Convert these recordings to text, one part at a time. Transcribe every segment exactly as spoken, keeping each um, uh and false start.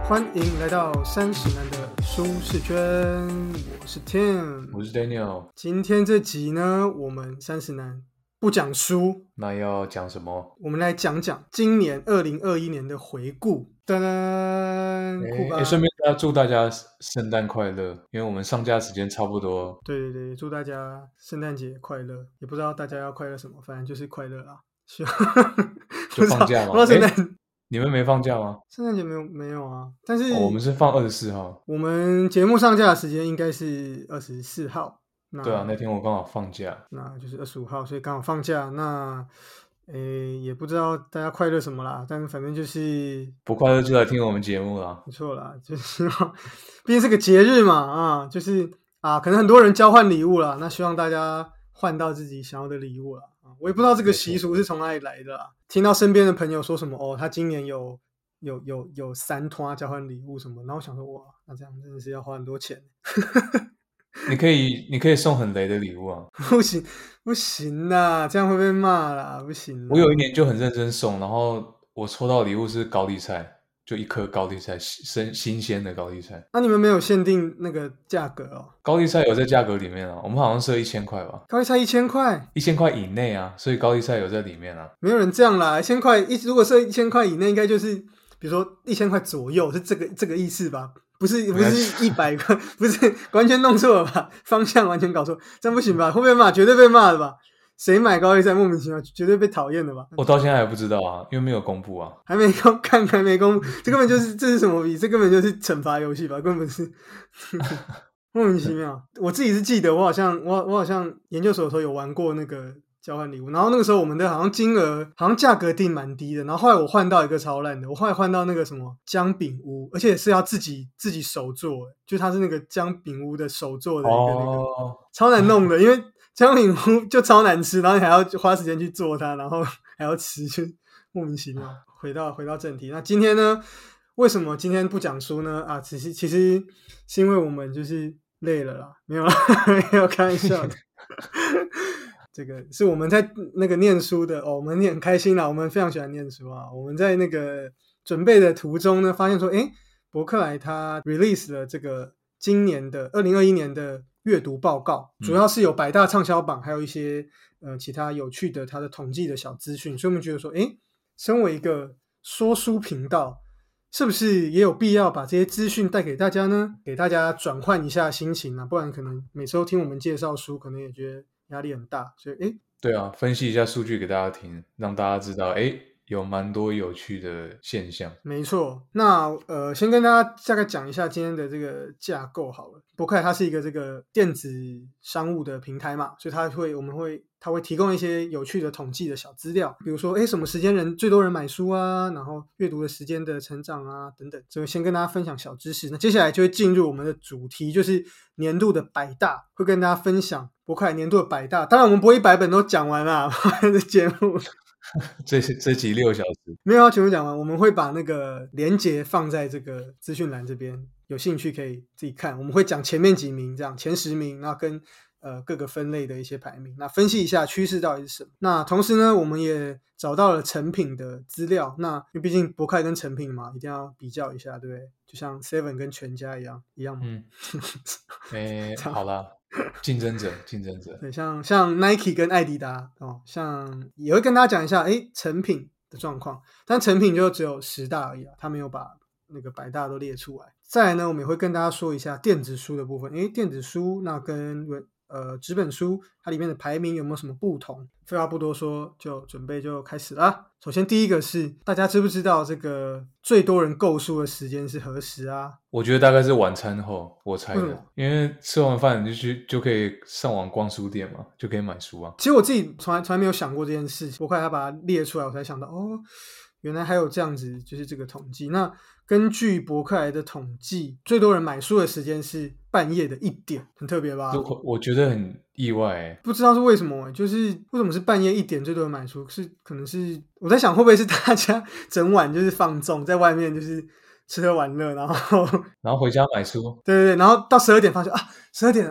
欢迎来到三十男的舒适圈，我是 Tim， 我是 Daniel。 今天这集呢，我们三十男不讲书， 那要讲什么？ 我们来讲讲今年二零二一年的回顾。噔噔，酷吧？ 欸、顺便祝大家圣诞快乐，因为我们上架时间差不多。 对对对，祝大家圣诞节快乐，也不知道大家要快乐什么，反正就是快乐啦。 就放假吗？ 不知道圣诞、欸、 你们没放假吗？ 圣诞节没有没有啊，但是、 哦、我们是放二十四号。 我们节目上架的时间应该是二十四号。 对啊，那天我刚好放假， 那就是二十五号，所以刚好放假。那诶，也不知道大家快乐什么啦，但反正就是不快乐就来听我们节目啦。 没错啦，就是毕竟是个节日嘛，啊，就是啊，可能很多人交换礼物啦，那希望大家换到自己想要的礼物啦。啊，我也不知道这个习俗是从哪里来的啦。听到身边的朋友说什么哦，他今年有有有有三团交换礼物什么，然后我想说哇，那这样真的是要花很多钱。 你可以，你可以送很雷的礼物啊！ 不行，不行啦，这样会被骂啦，不行啦。 我有一年就很认真送，然后我抽到的礼物是高丽菜，就一颗高丽菜，新新鲜的高丽菜。 那、啊、你们没有限定那个价格哦？ 高丽菜有在价格里面啊，我们好像设一千块吧。 高丽菜一千块， 一千块以内啊，所以高丽菜有在里面啊。 没有人这样啦，一千块一如果设一千块以内，应该就是比如说一千块左右，是这个这个意思吧？不是不是一百块，不是完全弄错了吧？方向完全搞错，这样不行吧？会被骂，绝对被骂的吧？谁买高丽菜莫名其妙，绝对被讨厌的吧？ 我到现在还不知道啊，因为没有公布啊， 还没公看，还没公布，这根本就是这是什么比？这根本就是惩罚游戏吧？根本是莫名其妙。我自己是记得，我好像我我好像研究所的时候有玩过那个交换礼物，然后那个时候我们的好像金额好像价格定蛮低的，然后后来我换到一个超烂的，我后来换到那个什么姜饼屋，而且是要自己自己手做，就它是那个姜饼屋的手做的一个那个、哦、超难弄的，因为姜饼屋就超难吃，然后你还要花时间去做它，然后还要吃，就莫名其妙。回到回到正题，那今天呢？为什么今天不讲书呢？啊，其实其实是因为我们就是累了啦，没有啦，没有开玩笑的。这个是我们在那个念书的哦，我们也很开心啦，我们非常喜欢念书啊。我们在那个准备的途中呢，发现说，诶，博客来他 release 了这个今年的二零二一年的阅读报告，主要是有百大畅销榜，还有一些呃其他有趣的他的统计的小资讯，所以我们觉得说，诶，身为一个说书频道，是不是也有必要把这些资讯带给大家呢？给大家转换一下心情啊，不然可能每次都听我们介绍书，可能也觉得压力很大，所以诶， 对啊，分析一下数据给大家听，让大家知道诶有蛮多有趣的现象。 没错，那呃，先跟大家大概讲一下今天的这个架构好了。博客来它是一个这个电子商务的平台嘛，所以它会我们会它会提供一些有趣的统计的小资料，比如说诶什么时间人最多人买书啊，然后阅读的时间的成长啊等等，所以先跟大家分享小知识。那接下来就会进入我们的主题，就是年度的百大，会跟大家分享博客来年度的百大。当然我们不会一百本都讲完啦，这节目这这集六小时没有要全部讲完，我们会把那个连结放在这个资讯栏这边，有兴趣可以自己看。我们会讲前面几名，这样前十名，然后跟呃各个分类的一些排名，那分析一下趋势到底是什么。那同时呢，我们也找到了成品的资料，那因为毕竟博客来跟成品嘛，一定要比较一下，对不对？就像 Seven 跟全家一样，一样吗？ 嗯，诶，好啦。竞争者，竞争者， 对，像像 Nike 跟艾迪达哦，像也会跟大家讲一下，诶，成品的状况，但成品就只有十大而已啊，他没有把那个百大都列出来。再来呢，我们也会跟大家说一下电子书的部分，诶，电子书那跟呃纸本书它里面的排名有没有什么不同？废话不多说，就准备就开始啦。首先第一个是大家知不知道这个最多人购书的时间是何时啊？ 我觉得大概是晚餐后，我猜的，因为吃完饭就去就可以上网逛书店嘛，就可以买书啊。 其实我自己从来从来没有想过这件事情，我后来他把它列出来，我才想到哦，原来还有这样子，就是这个统计。那根据博客来的统计，最多人买书的时间是半夜的一点，很特别吧？ 我觉得很意外耶， 不知道是为什么，就是为什么是半夜一点最多人买书？是可能是我在想，会不会是大家整晚就是放纵，在外面就是吃喝玩乐，然后然后回家买书， 对对对，然后到十二点发现啊，十二点啊，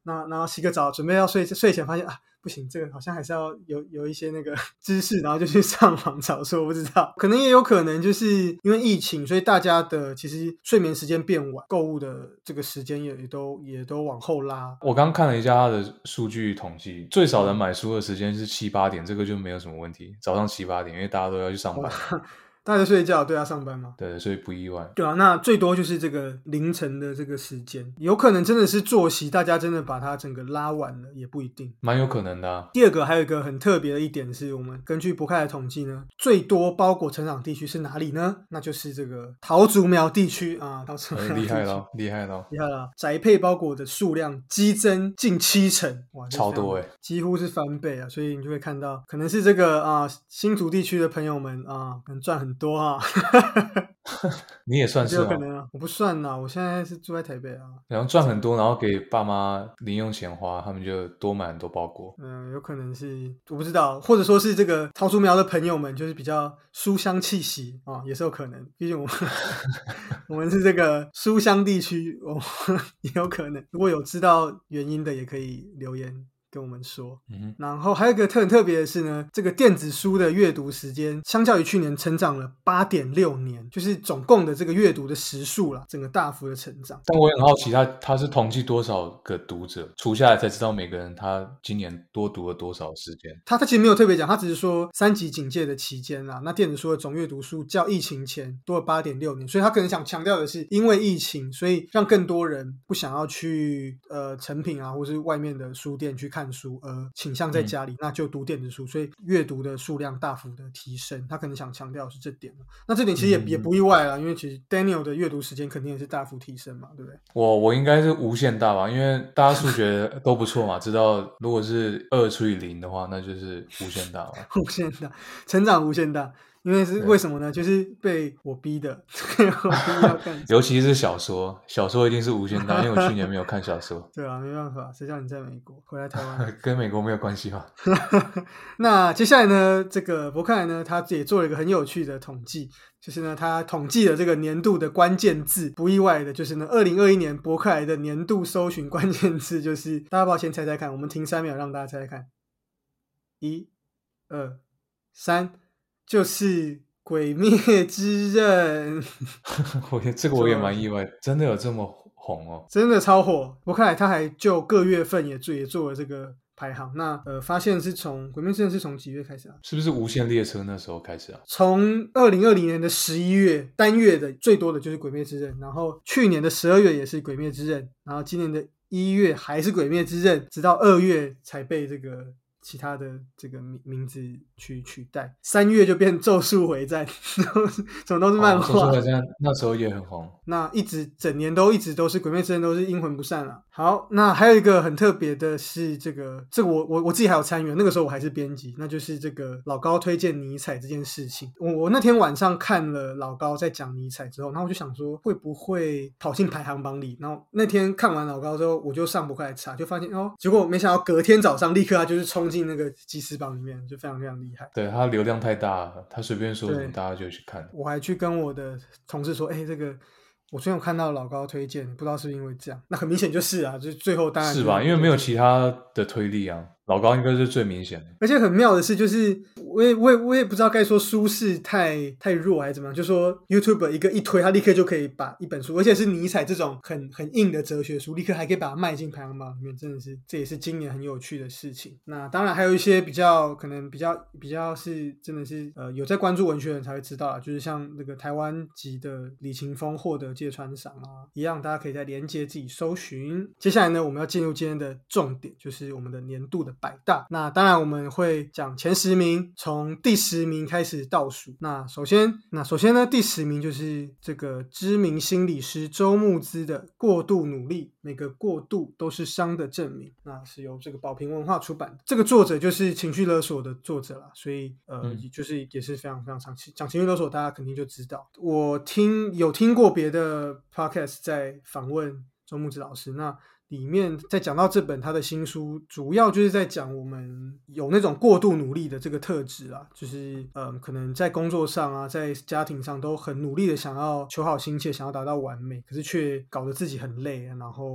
那然后洗个澡准备要睡睡前发现啊不行，这个好像还是要有有一些那个知识，然后就去上网找，说我不知道，可能也有可能就是因为疫情，所以大家的其实睡眠时间变晚，购物的这个时间也都也都往后拉。 我刚看了一下他的数据统计，最少人买书的时间是七八点，这个就没有什么问题，早上七八点，因为大家都要去上班。 大家睡觉，对啊，上班嘛， 对，所以不意外。 对啊，那最多就是这个凌晨的这个时间，有可能真的是作息，大家真的把它整个拉晚了，也不一定， 蛮有可能的啊。 第二个还有一个很特别的一点是，我们根据博凯的统计呢，最多包裹成长地区是哪里呢？那就是这个桃竹苗地区啊，桃竹苗地区、 欸、厉害了，厉害了， 厉害了！宅配包裹的数量激增近七成，哇， 超多哎、欸， 几乎是翻倍啊！所以你就会看到，可能是这个啊新竹地区的朋友们啊，可能赚很多啊。 你也算是有可能啊，我不算啦，我现在是住在台北啊。 然后赚很多，然后给爸妈零用钱花，他们就多买很多包裹。 嗯，有可能是我不知道，或者说是这个桃竹苗的朋友们就是比较书香气息啊、哦，也是有可能。毕竟我们我们是这个书香地区，哦，也有可能。如果有知道原因的，也可以留言跟我们说。 嗯， 然后还有一个特很特别的是呢，这个电子书的阅读时间相较于去年成长了 八点六 年，就是总共的这个阅读的时数啦，整个大幅的成长。 但我也很好奇他他是统计多少个读者，除下来才知道每个人他今年多读了多少时间。 他他其实没有特别讲，他只是说三级警戒的期间啦，那电子书的总阅读数较疫情前多了 八点六 年，所以他可能想强调的是，因为疫情，所以让更多人不想要去呃成品啊，或是外面的书店去看书，而倾向在家里、嗯、那就读电子书，所以阅读的数量大幅的提升，他可能想强调的是这点。那这点其实也、嗯、也不意外啦，因为其实 Daniel 的阅读时间肯定也是大幅提升嘛，对不对？ 我我应该是无限大吧，因为大家数学都不错嘛，知道如果是二除以零的话，那就是无限大嘛。 无限大，成长无限大。因为是为什么呢？就是被我逼的，我逼要看。 尤其是小说，小说一定是无限大，因为我去年没有看小说。 对啊，没办法，谁叫你在美国，回来台湾跟美国没有关系吧？ 那接下来呢，这个博凯呢，他也做了一个很有趣的统计，就是呢，他统计了这个年度的关键字，不意外的就是呢，二零二一年博凯的年度搜寻关键字就是，大家要不要先猜猜看？我们停三秒，让大家猜猜看，一、二、三。就是鬼灭之刃。 我这个我也蛮意外，真的有这么红哦， 真的超火。我看来他还就各月份也做也做了这个排行。那呃，发现是从鬼灭之刃是从几月开始啊？ 是不是无限列车那时候开始啊？ 从二零二零年的十一月单月的最多的就是鬼灭之刃，然后去年的十二月也是鬼灭之刃，然后今年的一月还是鬼灭之刃，直到二月才被这个其他的这个名字去取代，三月就变咒术回战，怎么都是漫画。 咒术回战那时候也很红， 那一直整年都一直都是鬼灭之刃，都是阴魂不散了。好，那还有一个很特别的是这个，这个我我我自己还有参与，那个时候我还是编辑，那就是这个老高推荐尼采这件事情。我我那天晚上看了老高在讲尼采之后，然后我就想说会不会跑进排行榜里。然后那天看完老高之后，我就上博客来查，就发现哦，结果没想到隔天早上立刻他就是冲进那个即时榜里面，就非常非常厉害。 对，他流量太大了，他随便说什么大家就去看。 我还去跟我的同事说，哎、欸，这个我昨天有看到老高推荐，不知道是不是因为这样。那很明显就是啊，就是最后当然是, 是吧，因为没有其他的推力啊。老高应该是最明显的， 而且很妙的是，就是我也我也我也不知道该说书是太太弱还是怎么样，就说 YouTube 一个一推，他立刻就可以把一本书，而且是尼采这种很很硬的哲学书，立刻还可以把它迈进排行榜里面，真的是这也是今年很有趣的事情。那当然还有一些比较可能比较比较是真的是呃有在关注文学的人才会知道啦，就是像那个台湾籍的李勤峰获得芥川赏啊一样，大家可以在连结自己搜寻。接下来呢，我们要进入今天的重点，就是我们的年度的百大。那当然我们会讲前十名，从第十名开始倒数。那首先那首先呢，第十名就是这个知名心理师周慕姿的过度努力，每个过度都是伤的证明。那是由这个宝瓶文化出版的，这个作者就是情绪勒索的作者啦，所以呃、嗯、就是也是非常非常常讲情绪勒索，大家肯定就知道。我听有听过别的 podcast 在访问周慕姿老师，那里面在讲到这本他的新书，主要就是在讲我们有那种过度努力的这个特质啦，就是嗯，可能在工作上啊，在家庭上都很努力的想要求好心切，想要达到完美，可是却搞得自己很累，然后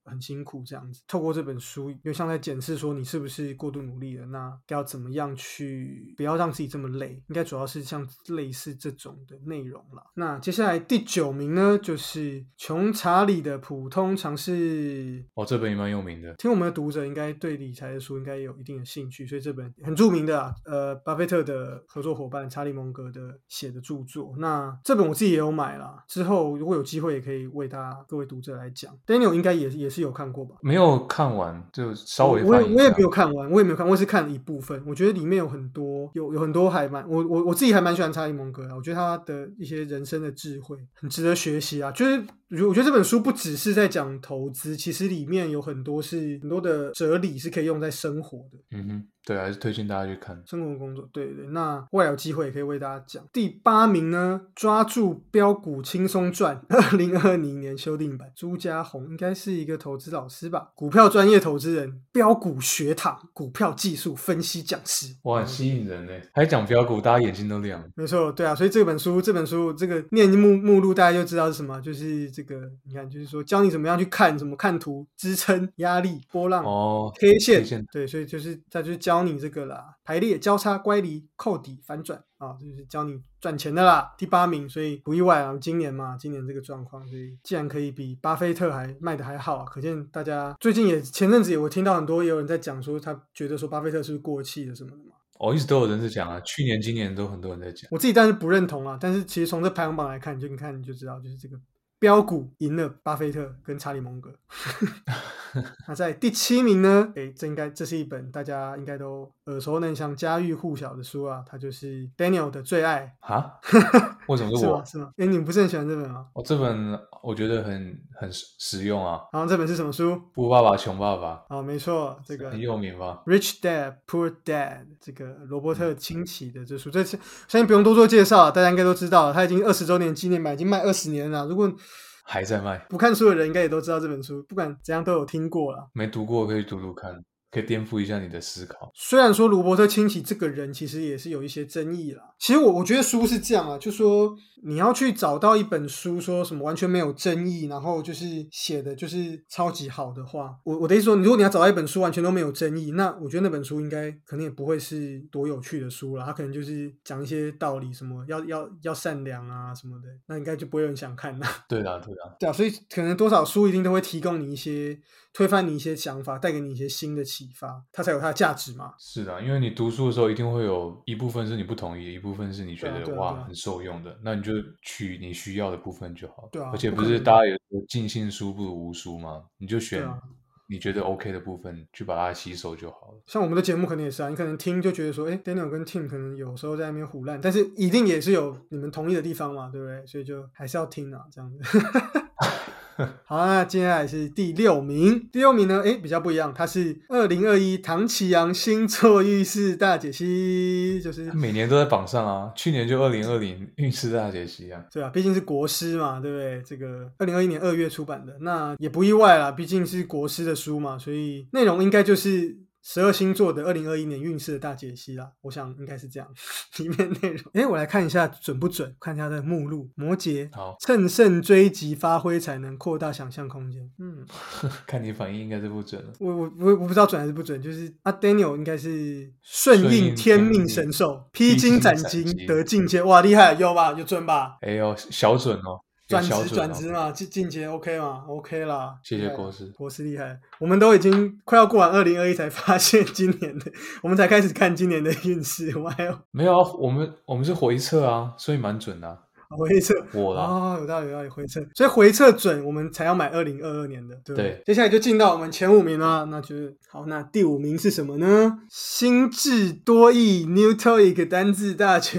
很辛苦这样子。透过这本书又像在检视说你是不是过度努力了，那要怎么样去不要让自己这么累，应该主要是像类似这种的内容啦。那接下来第九名呢，就是穷查理的普通常识。 哦，这本也蛮有名的， 听我们的读者应该对理财的书应该有一定的兴趣，所以这本很著名的啊，呃，巴菲特的合作伙伴查理蒙格的写的著作。那这本我自己也有买啦，之后如果有机会也可以为大家各位读者来讲。Daniel 应该也也是有看过吧？ 没有看完，就稍微我也我也翻一下没有看完，我也没有看，我是看了一部分。我觉得里面有很多有有很多还蛮我我我自己还蛮喜欢查理蒙格的，我觉得他的一些人生的智慧很值得学习啊。就是我觉得这本书不只是在讲投资，其实里面有很多是很多的哲理是可以用在生活的。 嗯哼，对，还是推荐大家去看生活工作。对对对，那未来有机会也可以为大家讲。第八名呢，抓住标股轻松赚，二零二零年修订版，朱家红应该是一个投资老师吧，股票专业投资人，标股学堂，股票技术分析讲师。 哇，很吸引人呢，还讲标股，大家眼睛都亮了。 没错，对啊，所以这本书，这本书这个念目目录大家就知道是什么，就是这个，你看，就是说教你怎么样去看，怎么看图，支撑、压力、波浪、 哦 ，K 线， K 线对，所以就是他就是教你这个啦，排列、交叉、乖离、扣底、反转啊，就是教你赚钱的啦。第八名，所以不意外啊，今年嘛，今年这个状况，所以既然可以比巴菲特还卖的还好啊，可见大家最近也前阵子也我听到很多也有人在讲说，他觉得说巴菲特是不是过气了什么的嘛。 哦，一直都有人在讲啊，去年、今年都很多人在讲。 我自己当然不认同啊，但是其实从这排行榜来看，你就你看你就知道，就是这个标股赢了巴菲特跟查理蒙格。那在第七名呢，诶，这应该这是一本大家应该都耳熟能详、家喻户晓的书啊，它就是 Daniel 的最爱。 哈？为什么是我？ 是吗？是吗？诶，你不是很喜欢这本吗？ 哦，这本我觉得很很实用啊。 然后这本是什么书？ 富爸爸穷爸爸。 哦，没错，这个很有名吧 Rich Dad Poor Dad， 这个罗伯特清崎的这书，这相信不用多做介绍，大家应该都知道，他已经二十周年纪念版，已经卖二十年了。如果还在卖， 不看书的人应该也都知道这本书，不管怎样都有听过啦。 没读过可以读读看，可以颠覆一下你的思考。 虽然说罗伯特清崎这个人其实也是有一些争议啦，其实我我觉得书是这样啊，就说你要去找到一本书说什么完全没有争议，然后就是写的就是超级好的话，我我的意思说，如果你要找到一本书完全都没有争议，那我觉得那本书应该可能也不会是多有趣的书啦，它可能就是讲一些道理，什么要要要善良啊什么的，那应该就不会有人想看啦。 对啦，对啦， 对啊，所以可能多少书一定都会提供你一些推翻你一些想法，带给你一些新的启发，它才有它的价值嘛。 是的，因为你读书的时候一定会有一部分是你不同意的，一部分是你觉得、 对啊对啊对啊哇很受用的，那你就取你需要的部分就好。 对啊而且不不可能是大家有说尽信书不如无书吗？你就选对啊你觉得 OK 的部分去把它吸收就好了。 像我们的节目可能也是啊，你可能听就觉得说，哎 ，Daniel 跟 Tim 可能有时候在那边胡乱，但是一定也是有你们同意的地方嘛，对不对？所以就还是要听啊，这样子。好，那接下来是第六名。第六名呢，诶，比较不一样，它是二零二一唐启阳星座运势大解析，就是它每年都在榜上啊，去年就二零二零运势大解析啊。 对啊，毕竟是国师嘛，对不对？这个二零二一年二月出版的，那也不意外啦，毕竟是国师的书嘛，所以内容应该就是十二星座的二零二一年运势的大解析啦，我想应该是这样。里面内容，哎，我来看一下准不准，看一下它的目录。摩羯， 好， 乘胜追击，发挥才能扩大想象空间。嗯， 看你反应应该是不准了。 我我我我不知道准还是不准，就是啊 Daniel 应该是顺顺应天应天命命神兽，披荆斩棘披荆斩棘得境界，哇，厉害，有吧？有准吧？ 哎呦，小准哦，有转职小准哦转职嘛，进进阶 OK 嘛 ，OK 啦。 谢谢厉害国师国师厉害。我们都已经快要过完二零二一才发现今年的，我们才开始看今年的运势，我还有没有啊，我们我们是回测啊，所以蛮准的、啊。 回测。 我啦， 哦，有道理有道理，回测，所以回测准，我们才要买二零二二年的，对不对？ 对接下来就进到我们前五名啦，那就是好，那第五名是什么呢？心智多义 Newtoic 单字大全。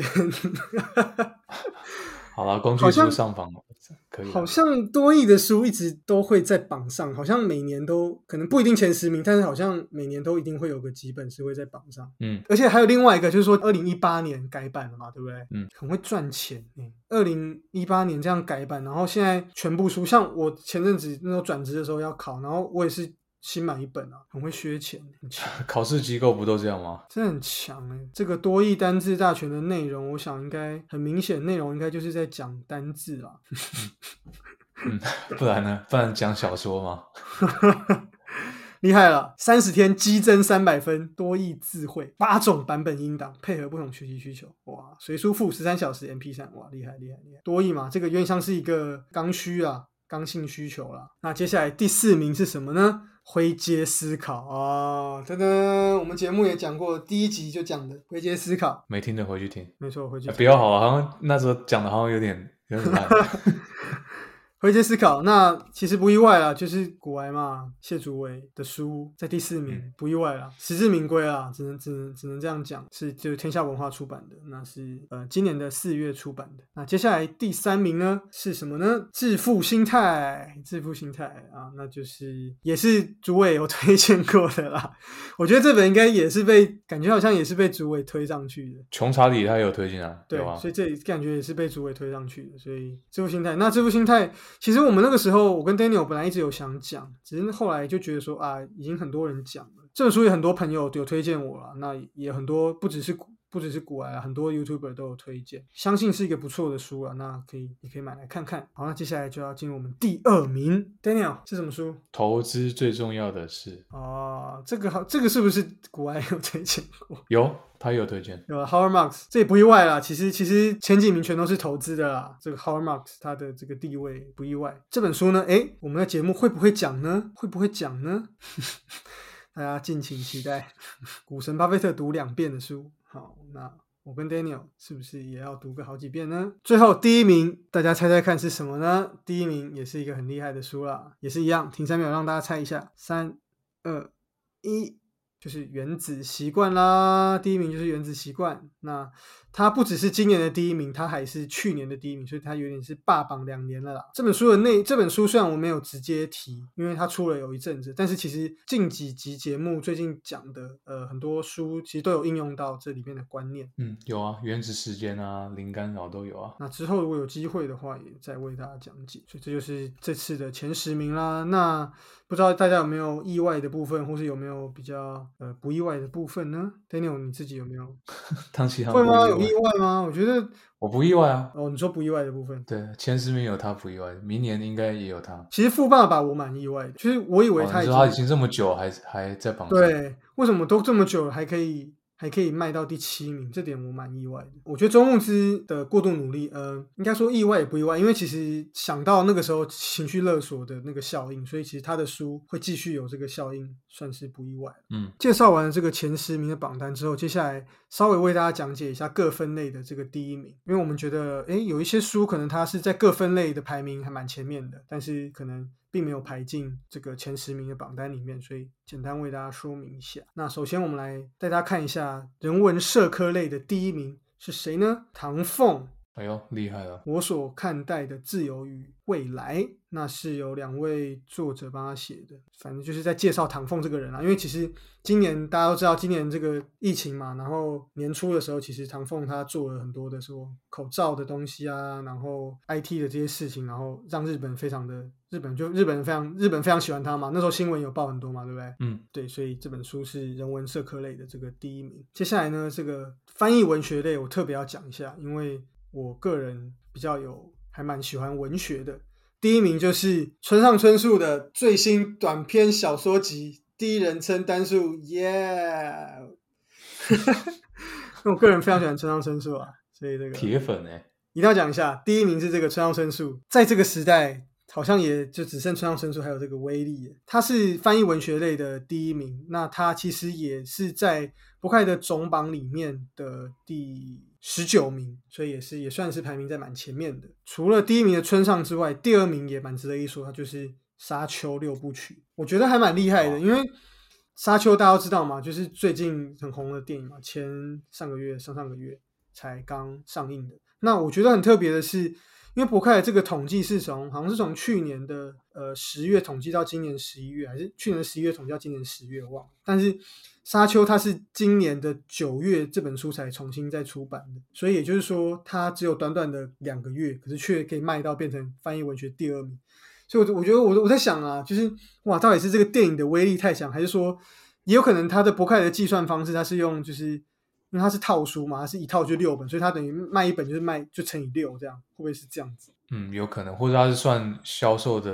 好啦，工具好像书上榜可以啦。 好像多益的书一直都会在榜上，好像每年都可能不一定前十名，但是好像每年都一定会有个几本是会在榜上。 嗯， 而且还有另外一个，就是说二零一八年改版了嘛，对不对？ 嗯， 很会赚钱。二零一八年这样改版，然后现在全部书，像我前阵子那时候转职的时候要考，然后我也是新买一本啊，很会削钱，很强。 考试机构不都这样吗？ 真的很强哎、欸！这个多益单字大全的内容，我想应该很明显，内容应该就是在讲单字啦。 嗯，不然呢？不然讲小说吗？ 厉害了，三十天激增三百分，多益智慧，八种版本音档，配合不同学习需求，哇，随书附十三小时 M P 三， 哇，厉害厉害厉害，多益嘛，这个有点像是一个刚需啊，刚性需求啦。那接下来第四名是什么呢？灰阶思考啊，噔噔，我们节目也讲过，第一集就讲的灰阶思考， 没听的回去听， 没错，回去听、 欸、比较好啊，好像那时候讲的好像有点有点烂。 灰阶思考，那其实不意外啦，就是古埃嘛，谢祖伟的书在第四名，嗯、不意外啦，实至名归啦，只能只能只能这样讲，是就是天下文化出版的，那是呃今年的四月出版的。那接下来第三名呢是什么呢？致富心态，致富心态啊，那就是也是祖伟有推荐过的啦。我觉得这本应该也是被感觉好像也是被祖伟推上去的。 穷查理他也有推荐啊， 对， 有啊， 所以这感觉也是被祖伟推上去的。所以致富心态，那致富心态。其实我们那个时候，我跟 Daniel 本来一直有想讲，只是后来就觉得说啊，已经很多人讲了，这本书也很多朋友有推荐我了，那也很多不只是不只是古埃，很多 YouTuber 都有推荐，相信是一个不错的书啊，那可以也可以买来看看。好，那接下来就要进入我们第二名 ，Daniel 是什么书？ 投资最重要的是哦，这个好，这个是不是古埃有推荐过？ 有。他也有推荐， 有 Howard Marks， 这也不意外啦。其实其实前几名全都是投资的啦。这个 Howard Marks 他的这个地位不意外。这本书呢，诶，我们的节目会不会讲呢？会不会讲呢？大家敬请期待。股神巴菲特读两遍的书，好，那我跟 Daniel 是不是也要读个好几遍呢？最后第一名，大家猜猜看是什么呢？第一名也是一个很厉害的书啦，也是一样，停三秒让大家猜一下，三、二、一。就是原子习惯啦，第一名就是原子习惯。那它不只是今年的第一名，它还是去年的第一名，所以它有点是霸榜两年了啦。这本书的内这本书虽然我没有直接提，因为它出了有一阵子，但是其实近几集节目最近讲的呃很多书其实都有应用到这里面的观念。 嗯，有啊，原子时间啊，零干扰都有啊。 那之后如果有机会的话，也再为大家讲解。所以这就是这次的前十名啦。那不知道大家有没有意外的部分，或是有没有比较呃不意外的部分呢 ？Daniel 你自己有没有？ 汤奇会吗？有意外吗？我觉得我不意外啊。 哦，你说不意外的部分， 对，前十名有他不意外，明年应该也有他。 其实富爸爸我蛮意外的，就是我以为他已经、 哦、你说他已经这么久还还在榜上， 对，为什么都这么久了还可以？还可以卖到第七名，这点我蛮意外的。我觉得周牧之的过度努力，呃，应该说意外也不意外，因为其实想到那个时候情绪勒索的那个效应，所以其实他的书会继续有这个效应，算是不意外。 嗯， 介绍完了这个前十名的榜单之后，接下来稍微为大家讲解一下各分类的这个第一名，因为我们觉得，诶，有一些书可能它是在各分类的排名还蛮前面的，但是可能并没有排进这个前十名的榜单里面，所以简单为大家说明一下。那首先我们来带大家看一下人文社科类的第一名是谁呢？唐凤。 哎呦，厉害了！ 我所看待的自由与未来，那是有两位作者帮他写的，反正就是在介绍唐凤这个人啦。因为其实今年大家都知道，今年这个疫情嘛，然后年初的时候，其实唐凤他做了很多的说口罩的东西啊，然后 I T 的这些事情，然后让日本非常的日本就日本人非常日本非常喜欢他嘛，那时候新闻有报很多嘛，对不对？ 嗯， 对，所以这本书是人文社科类的这个第一名。接下来呢，这个翻译文学类我特别要讲一下，因为我个人比较有还蛮喜欢文学的。第一名就是村上春树的最新短篇小说集第一人称单数耶、yeah! 我个人非常喜欢村上春树啊，所以这个铁粉欸， 一定要讲一下。第一名是这个村上春树，在这个时代好像也就只剩村上春树还有这个威力，他是翻译文学类的第一名，那他其实也是在博客来的总榜里面的第十九名，所以也是也算是排名在蛮前面的。除了第一名的村上之外，第二名也蛮值得一说，他就是沙丘六部曲，我觉得还蛮厉害的。因为沙丘大家都知道嘛，就是最近很红的电影嘛，前上个月上上个月才刚上映的。那我觉得很特别的是，因为博客来这个统计是从好像是从去年的呃十月统计到今年十一月，还是去年的十一月统计到今年十月，忘了。但是沙丘它是今年的九月这本书才重新再出版的，所以也就是说它只有短短的两个月，可是却可以卖到变成翻译文学第二名。所以我觉得我我在想啊，就是哇，到底是这个电影的威力太强，还是说也有可能它的博客来的计算方式，它是用就是因为它是套书嘛，它是一套就六本，所以它等于卖一本就是卖就乘以六，这样会不会是这样子？ 嗯，有可能，或者它是算销售的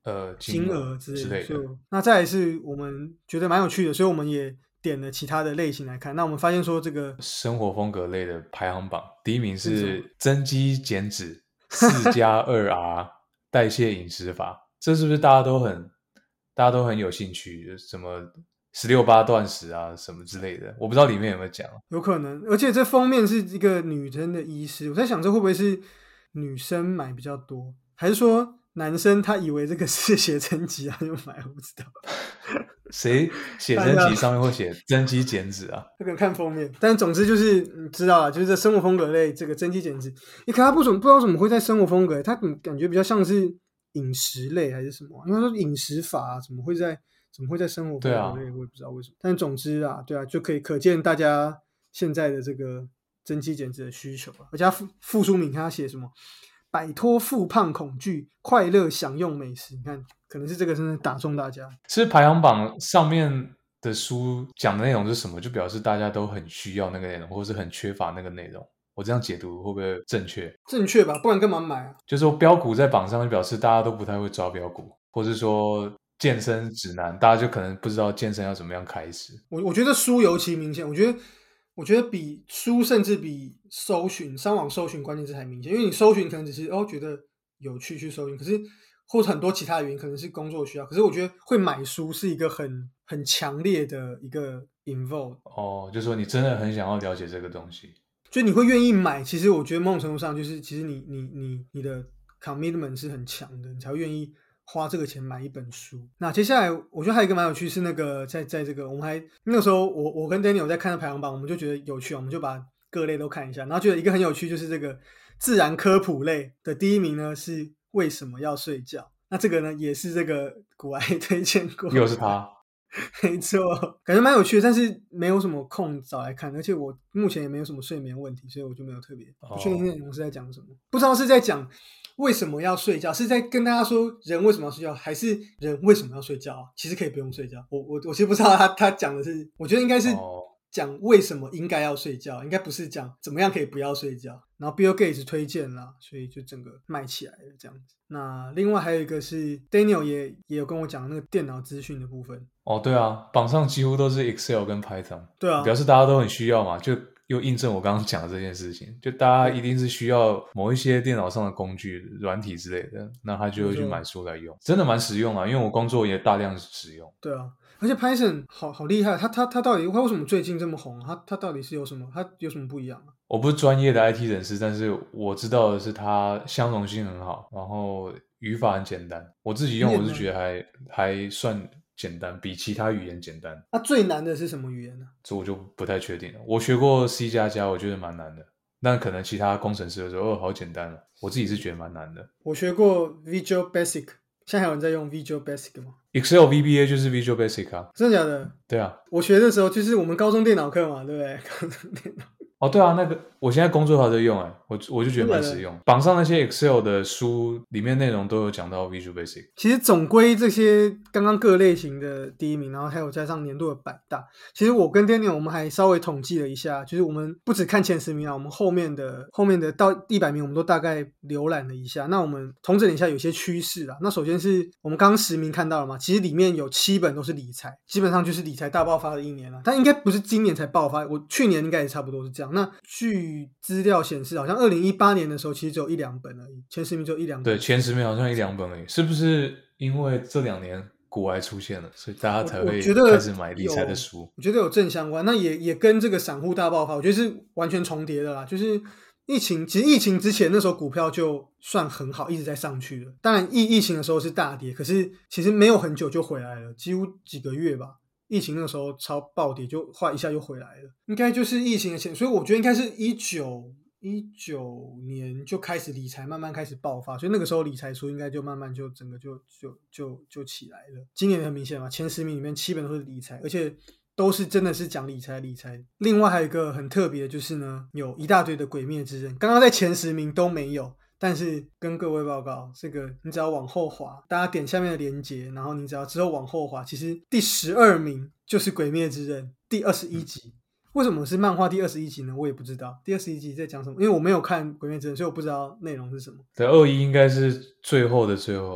呃金额额之类的。 之类的。 所以那再来是我们觉得蛮有趣的，所以我们也点了其他的类型来看。那我们发现说这个生活风格类的排行榜，第一名是什么是增肌减脂四加二 R 代谢饮食法，这是不是大家都很大家都很有兴趣？什么十六八断食啊，什么之类的，我不知道里面有没有讲。 有可能，而且这封面是一个女生的医师，我在想这会不会是女生买比较多，还是说男生他以为这个是写真集啊就买，我不知道。 谁写真集上面会写增肌减脂啊？ 这个看封面，但总之就是你知道啦，就是这生活风格类这个增肌减脂，你看他不怎么不知道怎么会在生活风格，他感觉比较像是饮食类还是什么？因为说饮食法、啊、怎么会在怎么会在生活风格类，啊、我也不知道为什么。但总之啊，对啊，就可以可见大家现在的这个增肌减脂的需求了。而且他副副书名看他写什么？摆脱复胖恐惧，快乐享用美食。你看，可能是这个真的打中大家。 是排行榜上面的书讲的内容是什么，就表示大家都很需要那个内容，或是很缺乏那个内容。我这样解读会不会正确？ 正确吧，不然干嘛买啊？ 就是说标股在榜上，就表示大家都不太会抓标股，或是说健身指南，大家就可能不知道健身要怎么样开始。 我我觉得书尤其明显，我觉得。我觉得比书甚至比搜寻上网搜寻关键字还明显，因为你搜寻可能只是哦觉得有趣去搜寻，可是或者很多其他的原因，可能是工作需要。可是我觉得会买书是一个很很强烈的一个 involve 哦，就是说你真的很想要了解这个东西， 就你会愿意买。其实我觉得某种程度上就是，其实你你你你的 commitment 是很强的，你才会愿意花这个钱买一本书。那接下来我觉得还有一个蛮有趣是那个在在这个我们还那个时候我我跟 Daniel 在看的排行榜，我们就觉得有趣，我们就把各类都看一下，然后觉得一个很有趣就是这个自然科普类的第一名呢是为什么要睡觉。那这个呢也是这个股癌推荐过， 又是他。 没错，感觉蛮有趣的，但是没有什么空找来看，而且我目前也没有什么睡眠问题，所以我就没有特别不确定内容是在讲什么，不知道是在讲为什么要睡觉，是在跟大家说人为什么要睡觉，还是人为什么要睡觉啊？其实可以不用睡觉。我我我其实不知道他他讲的是，我觉得应该是讲为什么应该要睡觉，应该不是讲怎么样可以不要睡觉。然后 Bill Gates 推荐啦，所以就整个卖起来了这样子。那另外还有一个是 Daniel 也也有跟我讲那个电脑资讯的部分。 哦，对啊，榜上几乎都是 Excel 跟 Python， 对啊， 表示大家都很需要嘛，就又印证我刚刚讲的这件事情，就大家一定是需要某一些电脑上的工具、软体之类的，那他就会去买书来用，真的蛮实用啊，因为我工作也大量使用。 对啊，而且 Python 好好厉害，他他他到底他为什么最近这么红？他他到底是有什么？他有什么不一样啊？ 我不是专业的 I T 人士，但是我知道的是它相容性很好，然后语法很简单。我自己用我是觉得还还算简单，比其他语言简单。 那、啊、最难的是什么语言呢？ 这我就不太确定了。我学过 C 加加，我觉得蛮难的。但可能其他工程师的时候，哦，好简单了。我自己是觉得蛮难的。 我学过 Visual Basic， 现在还有人在用 Visual Basic 吗？ Excel V B A 就是 Visual Basic 啊。 真的假的？ 对啊。 我学的时候就是我们高中电脑课嘛，对不对？高中电脑。 哦，对啊，那个我现在工作还在用，哎，我我就觉得蛮实用。榜上那些 Excel 的书里面内容都有讲到 Visual Basic。 其实总归这些刚刚各类型的第一名，然后还有加上年度的百大，其实我跟 Daniel 我们还稍微统计了一下，就是我们不只看前十名啊，我们后面的后面的到一百名我们都大概浏览了一下。那我们统整了一下有些趋势啊。那首先是我们刚刚十名看到了嘛，其实里面有七本都是理财，基本上就是理财大爆发的一年了。但应该不是今年才爆发，我去年应该也差不多是这样。那据资料显示，好像二零一八年的时候其实只有一两本而已，前十名只有一两本。 对，前十名好像一两本而已，是不是因为这两年股癌出现了，所以大家才会开始买理财的书？ 我觉得有正相关，那也也跟这个散户大爆发，我觉得是完全重叠的啦。就是疫情，其实疫情之前那时候股票就算很好，一直在上去了。当然疫疫情的时候是大跌，可是其实没有很久就回来了，几乎几个月吧。疫情那个时候超暴跌，就哗一下就回来了，应该就是疫情的前，所以我觉得应该是一九一九年就开始理财慢慢开始爆发，所以那个时候理财书应该就慢慢就整个就就就就起来了。今年很明显嘛，前十名里面七本都是理财，而且都是真的是讲理财理财。另外还有一个很特别的就是呢，有一大堆的鬼灭之刃，刚刚在前十名都没有。但是跟各位报告，这个你只要往后滑，大家点下面的连结，然后你只要之后往后滑，其实第十二名就是鬼灭之刃第二十一集。为什么是漫画第二十一集呢？我也不知道第二十一集在讲什么，因为我没有看鬼灭之刃，所以我不知道内容是什么。 对，二一应该是最后的最后了。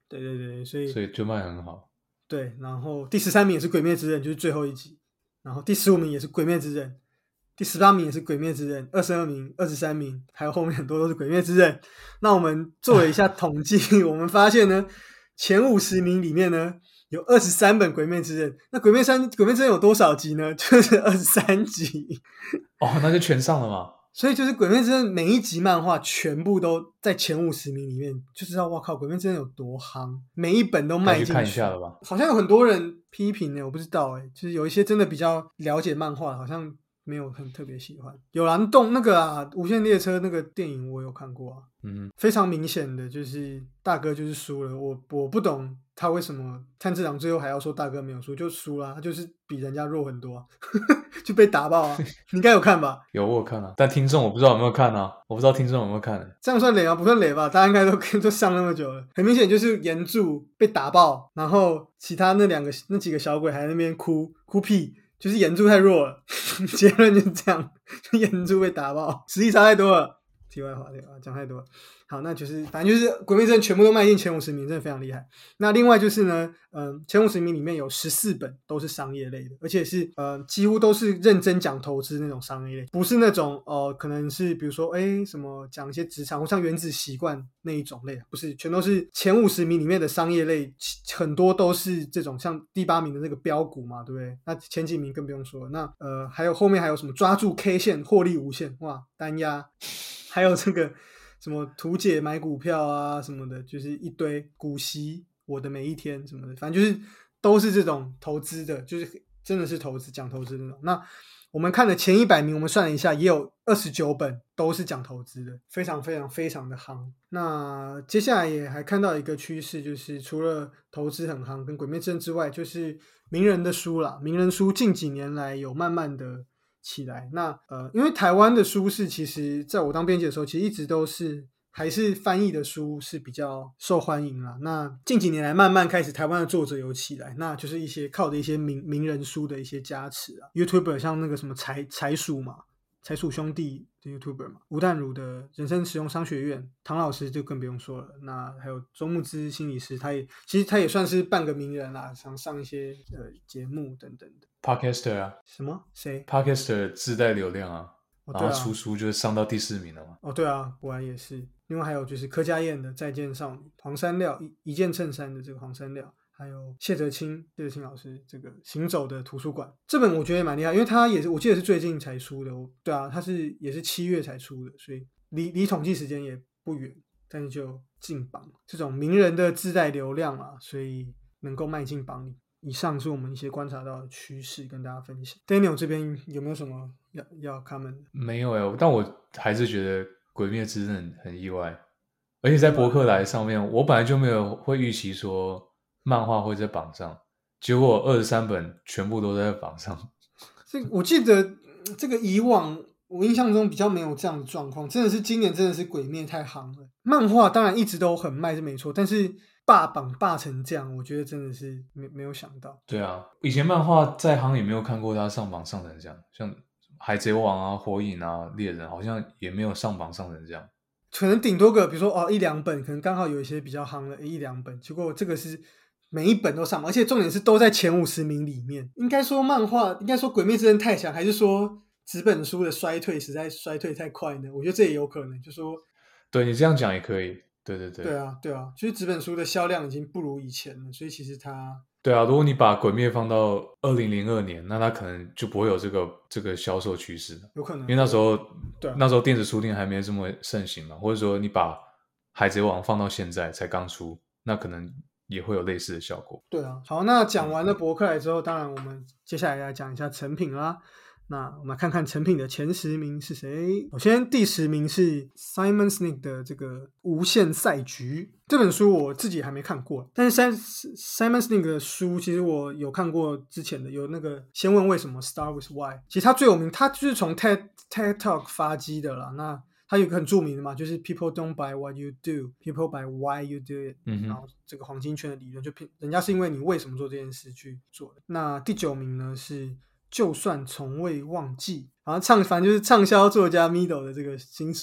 对对对，所以所以就卖很好。 对，然后第十三名也是《鬼灭之刃》，就是最后一集，然后第十五名也是《鬼灭之刃》，第十八名也是《鬼灭之刃》，二十二名、二十三名，还有后面很多都是《鬼灭之刃》。那我们做了一下统计，我们发现呢，前五十名里面呢有二十三本《鬼灭之刃》。那《鬼灭三》《鬼灭之刃》有多少集呢？就是二十三集。 哦，那就全上了嘛。 所以就是《鬼灭之刃》每一集漫画全部都在前五十名里面，就知道哇靠，《鬼灭之刃》有多夯，每一本都卖进去。 看一下了吧？ 好像有很多人批评呢，我不知道哎，就是有一些真的比较了解漫画，好像没有很特别喜欢。有啦，动那个啊，《无限列车》那个电影我有看过啊， 嗯， 非常明显的就是大哥就是输了，我我不懂他为什么炭治郎最后还要说大哥没有输，就输了，他就是比人家弱很多啊，就被打爆啊！你应该有看吧？ 有我有看啊，但听众我不知道有没有看啊，我不知道听众有没有看、欸。 这样算雷吗？不算雷吧？大家应该都都上那么久了，很明显就是岩柱被打爆，然后其他那两个那几个小鬼还在那边哭哭屁，就是岩柱太弱了，结论就是这样，就岩柱被打爆，实力差太多了。题外话，题外话讲太多了。好，那就是反正就是《鬼灭之刃》全部都迈进前五十名，真的非常厉害。那另外就是呢，嗯，前五十名里面有十四本都是商业类的，而且是呃几乎都是认真讲投资那种商业类，不是那种呃可能是比如说哎什么讲一些职场或像原子习惯那一种类，不是，全都是前五十名里面的商业类，很多都是这种像第八名的那个标股嘛，对不对？那前几名更不用说了。那呃还有后面还有什么抓住 K 线获利无限，哇，单压，还有这个。什么图解买股票啊什么的，就是一堆股息，我的每一天什么的，反正就是都是这种投资的，就是真的是投资讲投资的那种。那我们看了前一百名，我们算了一下，也有二十九本都是讲投资的，非常非常非常的夯。那接下来也还看到一个趋势，就是除了投资很夯跟《鬼灭之刃》之外，就是名人的书啦，名人书近几年来有慢慢的起来。那呃，因为台湾的书是其实在我当编辑的时候，其实一直都是还是翻译的书是比较受欢迎啦。那近几年来慢慢开始台湾的作者有起来，那就是一些靠着一些名名人书的一些加持啊。YouTuber 像那个什么财财鼠嘛，财鼠兄弟的 YouTuber 嘛，吴淡如的人生实用商学院，唐老师就更不用说了。那还有周慕姿心理师，他也其实他也算是半个名人啦，常上一些呃节目等等的。 Podcaster 啊， 什么？谁 ？Podcaster 自带流量啊， 哦、 然后出书就上到第四名了嘛。 哦，对啊，果然也是。另外还有就是柯佳燕的《再见少女》，黄山料一一件衬衫的这个黄山料，还有谢哲青谢哲青老师这个《行走的图书馆》这本我觉得也蛮厉害，因为他也是我记得是最近才出的。对啊，他是也是七月才出的，所以离离统计时间也不远，但是就进榜。这种名人的自带流量啊，所以能够迈进榜里。以上是我们一些观察到的趋势，跟大家分享。Daniel 这边有没有什么要要 comment 的？ 没有哎，但我还是觉得《鬼灭之刃》很意外，而且在博客来上面，我本来就没有会预期说漫画会在榜上，结果二十三本全部都在榜上。 这我记得这个以往我印象中比较没有这样的状况，真的是今年真的是鬼灭太夯了。漫画当然一直都很卖是没错，但是霸榜霸成这样，我觉得真的是没没有想到。 对啊，以前漫画在行也没有看过它上榜上成这样，像海贼王啊、火影啊、猎人好像也没有上榜上成这样。 可能顶多个比如说哦一两本，可能刚好有一些比较夯的一两本，结果这个是每一本都上榜，而且重点是都在前五十名里面。应该说漫画，应该说《鬼灭之刃》太强，还是说纸本书的衰退实在衰退太快呢？我觉得这也有可能，就说对你这样讲也可以。对对对， 对啊，对啊，就是纸本书的销量已经不如以前了，所以其实它对啊，如果你把《鬼灭》放到二零零二年，那它可能就不会有这个这个销售趋势， 有可能， 因为那时候对、啊， 那时候电子书店还没这么盛行嘛，或者说你把《海贼王》放到现在才刚出，那可能也会有类似的效果。 对啊，好，那讲完了博客来之后，当然我们接下来来讲一下成品啦。那我们来看看成品的前十名是谁。首先第十名是 Simon Sinek 的这个《无限赛局》这本书，我自己还没看过，但是 Simon Sinek 的书其实我有看过之前的，有那个先问为什么 Start with Why， 其实他最有名，他就是从 TED, TED Talk 发迹的啦。那他有一个很著名的嘛，就是 People don't buy what you do, people buy why you do it、 嗯、 然后这个黄金圈的理论，就人家是因为你为什么做这件事去做的。那第九名呢是就算从未忘记，然后畅反正就是畅销作家 Middle 的这个新书啊。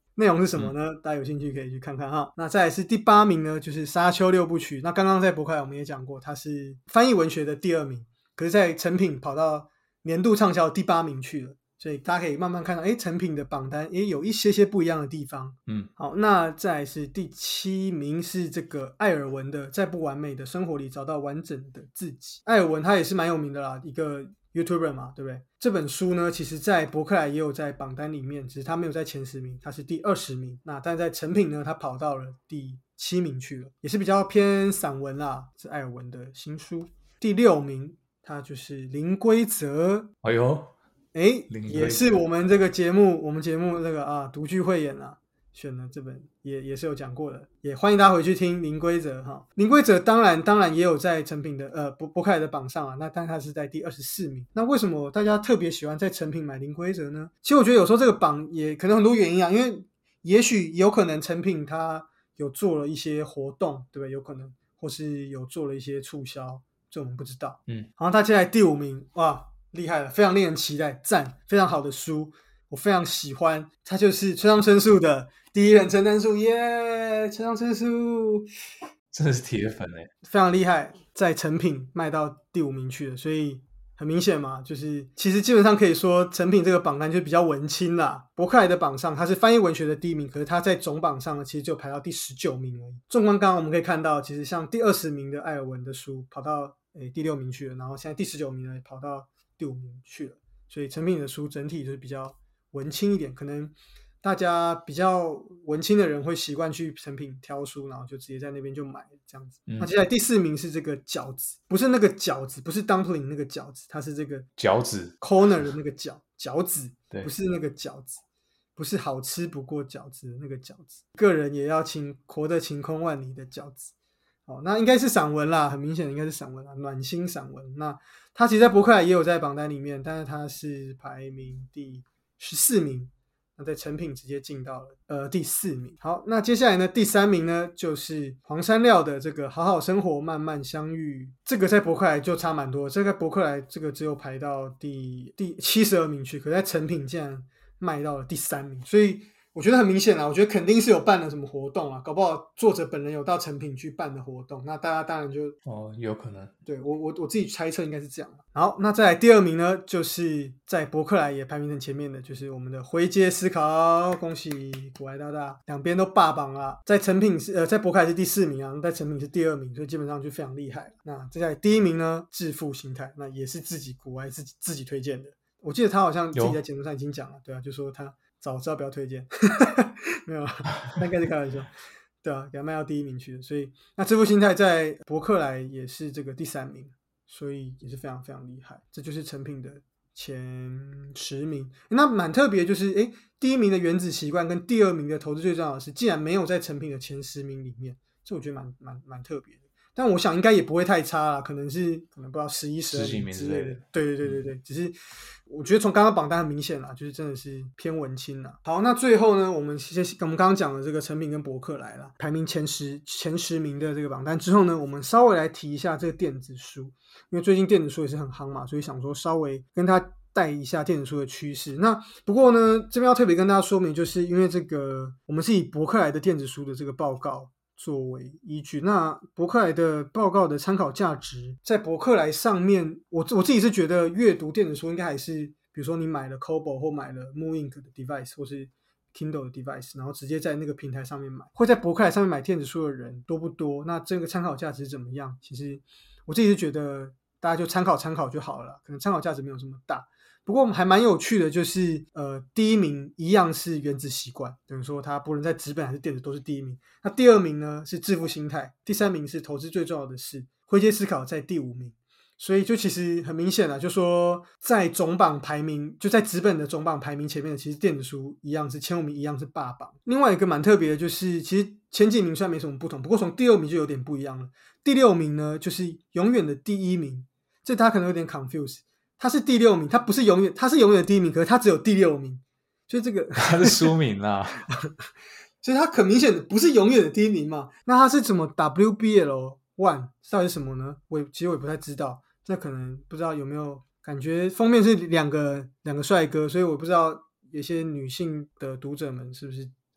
内容是什么呢、嗯、大家有兴趣可以去看看哈。那再来是第八名呢，就是沙丘六部曲。那刚刚在博客来我们也讲过，它是翻译文学的第二名，可是在成品跑到年度畅销第八名去了，所以大家可以慢慢看到，哎，成品的榜单也有一些些不一样的地方。 嗯， 好，那再来是第七名是这个艾尔文的《在不完美的生活里找到完整的自己》。艾尔文他也是蛮有名的啦，一个 YouTuber 嘛，对不对？这本书呢，其实在博客来也有在榜单里面，只是他没有在前十名，他是第二十名。那但在成品呢，他跑到了第七名去了，也是比较偏散文啦，是艾尔文的新书。第六名，它就是零规则。 哎呦， 哎，也是我们这个节目，我们节目这个啊独具慧眼啊，选了这本也也是有讲过的，也欢迎大家回去听零规则哈。零规则当然当然也有在成品的呃博博客来的榜上啊，那但它是在第二十四名。那为什么大家特别喜欢在成品买零规则呢？其实我觉得有时候这个榜也可能很多原因啊，因为也许有可能成品它有做了一些活动，对不对？有可能或是有做了一些促销，这我们不知道。 嗯， 然后他接下来第五名，哇！厉害了，非常令人期待，赞，非常好的书，我非常喜欢。它就是村上春树的《第一人称单数》，耶！村上春树真的是铁粉哎， 非常厉害，在成品卖到第五名去了，所以很明显嘛，就是其实基本上可以说成品这个榜单就比较文青啦。博客来的榜上，它是翻译文学的第一名，可是它在总榜上呢，其实就排到第十九名而已。纵观刚刚我们可以看到，其实像第二十名的艾尔文的书跑到诶第六名去了，然后现在第十九名呢跑到第五名去了，所以成品的书整体就是比较文青一点，可能大家比较文青的人会习惯去成品挑书，然后就直接在那边就买这样子。嗯、那接下来第四名是这个饺子，不是那个饺子，不是 dumpling 那个饺子，它是这个饺子 corner 的那个饺饺子， 对， 不是那个饺子，不是好吃不过饺子的那个饺子。个人也要晴活得晴空万里的饺子。哦，那应该是散文啦，很明显的应该是散文啦，暖心散文。那他其实在博客来也有在榜单里面，但是他是排名第十四名，那在成品直接进到了呃第四名。好，那接下来呢，第三名呢就是黄山料的这个好好生活慢慢相遇，这个在博客来就差蛮多，这个博客来这个只有排到第第七十二名去，可在成品竟然卖到了第三名，所以我觉得很明显啦，我觉得肯定是有办了什么活动啊，搞不好作者本人有到成品去办的活动，那大家当然就哦，有可能， 对我我我自己猜测应该是这样。好，那再来第二名呢，就是在博客来也排名很前面的，就是我们的灰阶思考，恭喜古埃大大，两边都霸榜了，在成品是呃在博客来是第四名啊，在成品是第二名，所以基本上就非常厉害。那接下来第一名呢，致富心态，那也是自己古埃自己自己推荐的，我记得他好像自己在节目上已经讲了，对啊，就说他早知道不要推荐，没有，那应该是开玩笑，对啊，给他卖到第一名去了。所以那致富心态在博客来也是这个第三名，所以也是非常非常厉害。这就是成品的前十名。那蛮特别，就是诶，第一名的原子习惯跟第二名的投资最重要的是，竟然没有在成品的前十名里面，这我觉得蛮蛮蛮特别的。但我想应该也不会太差啦，可能是可能不知道十一、十二名之类的。对对对对对，嗯、只是我觉得从刚刚榜单很明显啦，就是真的是偏文青啦。好，那最后呢，我们先我们刚刚讲的这个成品跟博客来啦，排名前十前十名的这个榜单之后呢，我们稍微来提一下这个电子书，因为最近电子书也是很夯嘛，所以想说稍微跟他带一下电子书的趋势。那不过呢，这边要特别跟大家说明，就是因为这个我们是以博客来的电子书的这个报告作为依据，那博客来的报告的参考价值，在博客来上面，我我自己是觉得阅读电子书应该还是，比如说你买了 Kobo 或买了 Mooink 的 device 或是 Kindle 的 device， 然后直接在那个平台上面买，会在博客来上面买电子书的人多不多？那这个参考价值怎么样？其实我自己是觉得大家就参考参考就好了，可能参考价值没有这么大。不过我们还蛮有趣的，就是呃，第一名一样是原子习惯，等于说它不论在纸本还是电子都是第一名。那第二名呢是致富心态，第三名是投资最重要的事，灰阶思考在第五名。所以就其实很明显了，就说在总榜排名，就在纸本的总榜排名前面的，其实电子书一样是前五名，一样是霸榜。另外一个蛮特别的，就是其实前几名虽然没什么不同，不过从第二名就有点不一样了。第六名呢，就是永远的第一名，这大家可能有点 confuse。他是第六名，他不是永远，他是永远的第一名，可是他只有第六名，所以这个他是书名啦， 所以他很明显的不是永远的第一名嘛。那他是怎么 W B L 一 到底是什么呢？我其实我也不太知道，这可能不知道有没有感觉封面是两个两个帅哥，所以我不知道有些女性的读者们是不是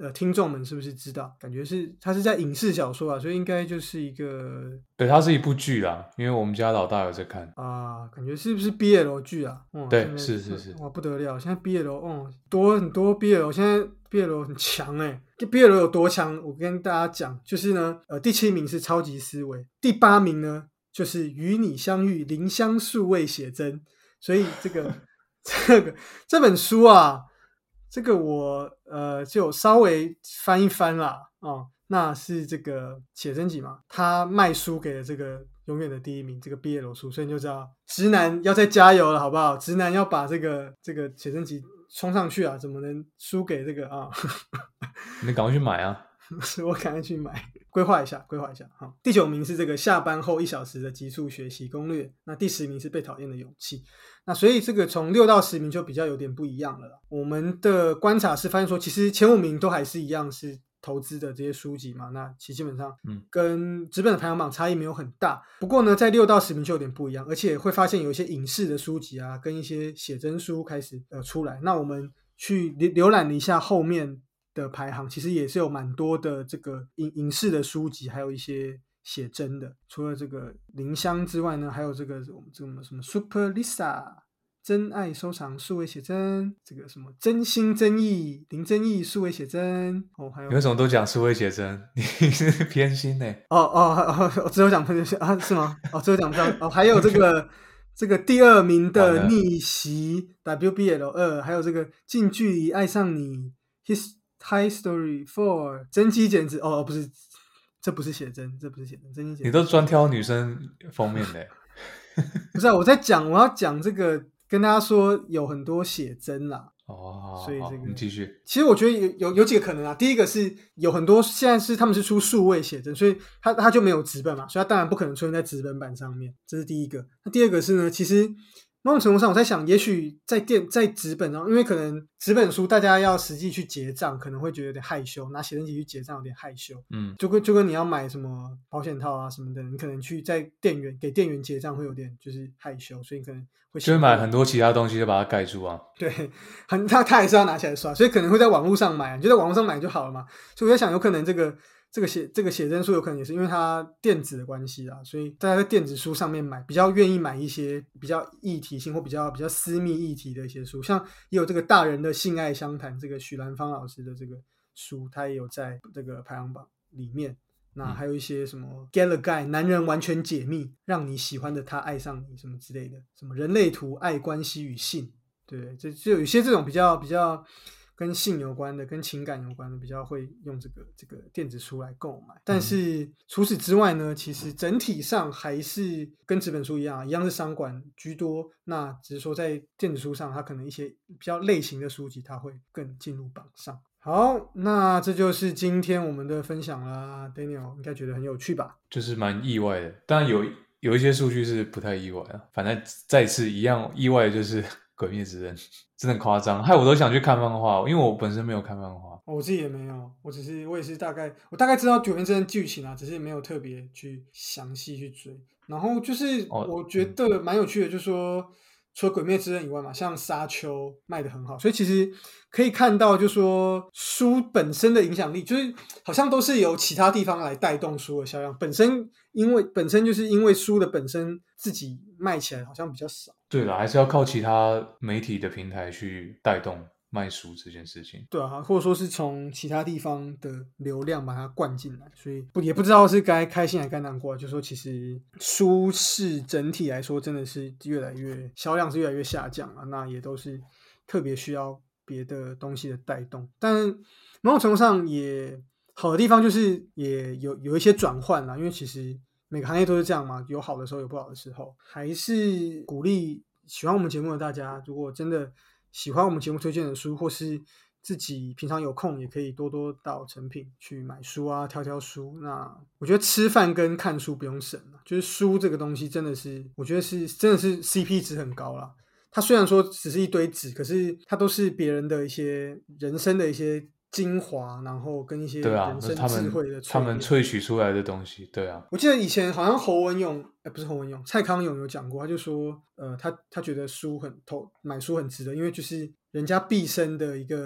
呃听众们是不是知道？感觉是它是在影视小说啊，所以应该就是一个对，它是一部剧啦，因为我们家老大有在看啊、感觉是不是 B L 剧啊？哇， 对现在是是是哇不得了，现在 B L 哦多很多 B L， 现在 B L 很强哎、欸、，B L 有多强？我跟大家讲，就是呢，呃，第七名是超级思维，第八名呢就是与你相遇林香数位写真，所以这个这个这本书啊，这个我呃就稍微翻一翻啦哦。那是这个写真集嘛，他卖书给了这个永远的第一名，这个 B L 书，所以你就知道直男要再加油了，好不好？直男要把这个这个写真集冲上去啊，怎么能输给这个啊？ 你赶快去买啊！ 是我赶快去买，规划一下，规划一下。好，第九名是这个下班后一小时的极速学习攻略，那第十名是被讨厌的勇气。那所以这个从六到十名就比较有点不一样了啦。我们的观察是发现说，其实前五名都还是一样是投资的这些书籍嘛，那其实基本上跟纸本的排行榜差异没有很大。不过呢，在六到十名就有点不一样，而且会发现有一些影视的书籍啊，跟一些写真书开始呃出来。那我们去浏览了一下后面的排行，其实也是有蛮多的这个影影视的书籍，还有一些写真的。除了这个林香之外呢，还有这个我们这个什么 Super Lisa。真爱收藏数位写真，这个什么真心真意林真意数位写真哦，还有你为什么都讲数位写真？你是偏心呢、欸？ 哦哦哦，只有讲偏心啊？是吗？哦，只有讲不到哦，还有这个这个第二名的逆袭 W B L 二，还有这个近距离爱上你 His History Four 真机剪纸哦，不是，这不是写真，这不是写真，真机剪纸。 你都专挑女生封面的、欸， 不是啊？我在讲，我要讲这个。跟大家说有很多写真啦， 哦， 所以这个你继续。 其实我觉得有有有几个可能啊。第一个是有很多现在是他们是出数位写真，所以他他就没有纸本嘛，所以他当然不可能出现在纸本版上面，这是第一个。那第二个是呢，其实某种程度上我在想，也许在电在纸本上，因为可能纸本书大家要实际去结账，可能会觉得有点害羞，拿写真集去结账有点害羞。 嗯， 就跟就跟你要买什么保险套啊什么的，你可能去在店员给店员结账会有点就是害羞，所以你可能会就会买很多其他东西就把它盖住啊。 对，很他他还是要拿起来刷，所以可能会在网络上买，你就在网络上买就好了嘛。所以我在想，有可能这个这个写这个写真书有可能也是因为它电子的关系啦，所以大家在电子书上面买比较愿意买一些比较议题性或比较比较私密议题的一些书，像也有这个大人的性爱相谈，这个许兰芳老师的这个书，他也有在这个排行榜里面。那还有一些什么 Get a Guy 男人完全解密，让你喜欢的他爱上你什么之类的，什么人类图爱关系与性，对，就就有一些这种比较比较跟性有关的、跟情感有关的，比较会用这个这个电子书来购买。但是除此之外呢，其实整体上还是跟纸本书一样，一样是商管居多。那只是说在电子书上，它可能一些比较类型的书籍，它会更进入榜上。好，那这就是今天我们的分享啦 ，Daniel 应该觉得很有趣吧？ 就是蛮意外的，当然有有一些数据是不太意外啊。反正再次一样意外的就是《鬼灭之刃》，真的夸张，害我都想去看漫画，因为我本身没有看漫画。 哦，我自己也没有，我只是我也是大概我大概知道《鬼灭之刃》剧情啊，只是没有特别去详细去追。然后就是我觉得蛮有趣的，就是说。除了《鬼灭之刃》以外嘛，像《沙丘》卖得很好，所以其实可以看到，就是说书本身的影响力，就是好像都是由其他地方来带动书的销量。本身因为本身就是因为书的本身自己卖起来好像比较少。 对啦，还是要靠其他媒体的平台去带动卖书这件事情。 对啊，或者说是从其他地方的流量把它灌进来，所以不也不知道是该开心还该难过。就说其实书市整体来说真的是越来越销量是越来越下降了，那也都是特别需要别的东西的带动。但某种程度上也好的地方就是也有有一些转换啦，因为其实每个行业都是这样嘛，有好的时候有不好的时候，还是鼓励喜欢我们节目的大家，如果真的喜欢我们节目推荐的书，或是自己平常有空也可以多多到诚品去买书啊，挑挑书。那我觉得吃饭跟看书不用省了，就是书这个东西真的是，我觉得是真的是 C P 值很高啦。它虽然说只是一堆纸，可是它都是别人的一些人生的一些精华，然后跟一些人生智慧的、 啊、他, 他们萃取出来的东西。对啊， 我记得以前好像侯文勇，哎，不是侯文勇，蔡康永有讲过，他就说，呃，他他觉得书很投买书很值得，因为就是人家毕生的一个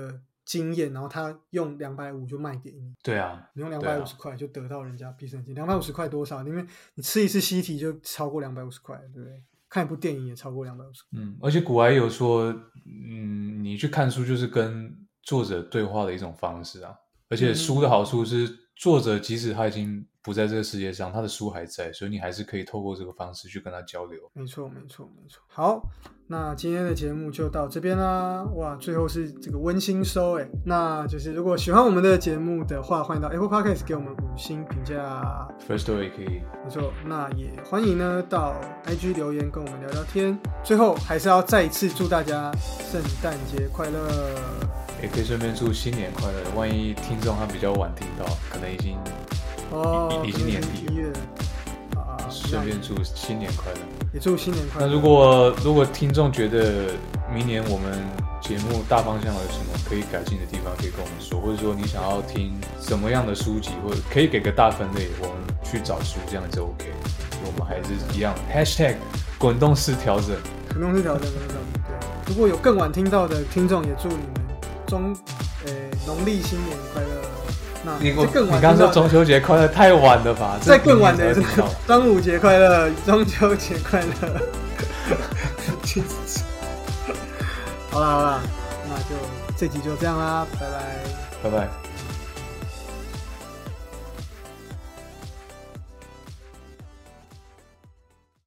经验，然后他用两百五就卖给你。 对啊， 你用两百五十块就得到人家必胜金，两百五十块多少？因为你吃一次西提就超过两百五十块，对不对？看一部电影也超过两百五十块。 嗯，而且古埃有说，嗯，你去看书就是跟作者对话的一种方式啊。而且书的好处是，作者即使他已经不在这个世界上，他的书还在，所以你还是可以透过这个方式去跟他交流。 没错，没错，没错。好，那今天的节目就到这边啦。哇，最后是这个温馨收哎。那就是如果喜欢我们的节目的话，欢迎到 Apple Podcast 给我们五星评价。 First Story 也可以。 没错，那也欢迎呢到 I G 留言跟我们聊聊天。最后还是要再一次祝大家圣诞节快乐。 也可以顺便祝新年快乐。万一听众他比较晚听到，可能已经哦， 已经年底了。 一月啊， 顺便祝新年快乐， 也祝新年快乐。 那如果如果听众觉得明年我们节目大方向有什么可以改进的地方，可以跟我们说，或者说你想要听什么样的书籍，或者可以给个大分类，我们去找书，这样就 OK。我们还是一样 hashtag 滚动式调整， 滚动式调整，滚动式调整。对，如果有更晚听到的听众，也祝你们中呃农历新年快乐。那你更晚， 你刚说中秋节快乐太晚了吧？ 再更晚的是端午节快乐，中秋节快乐。好啦好啦，那就这集就这样啦，拜拜， 拜拜。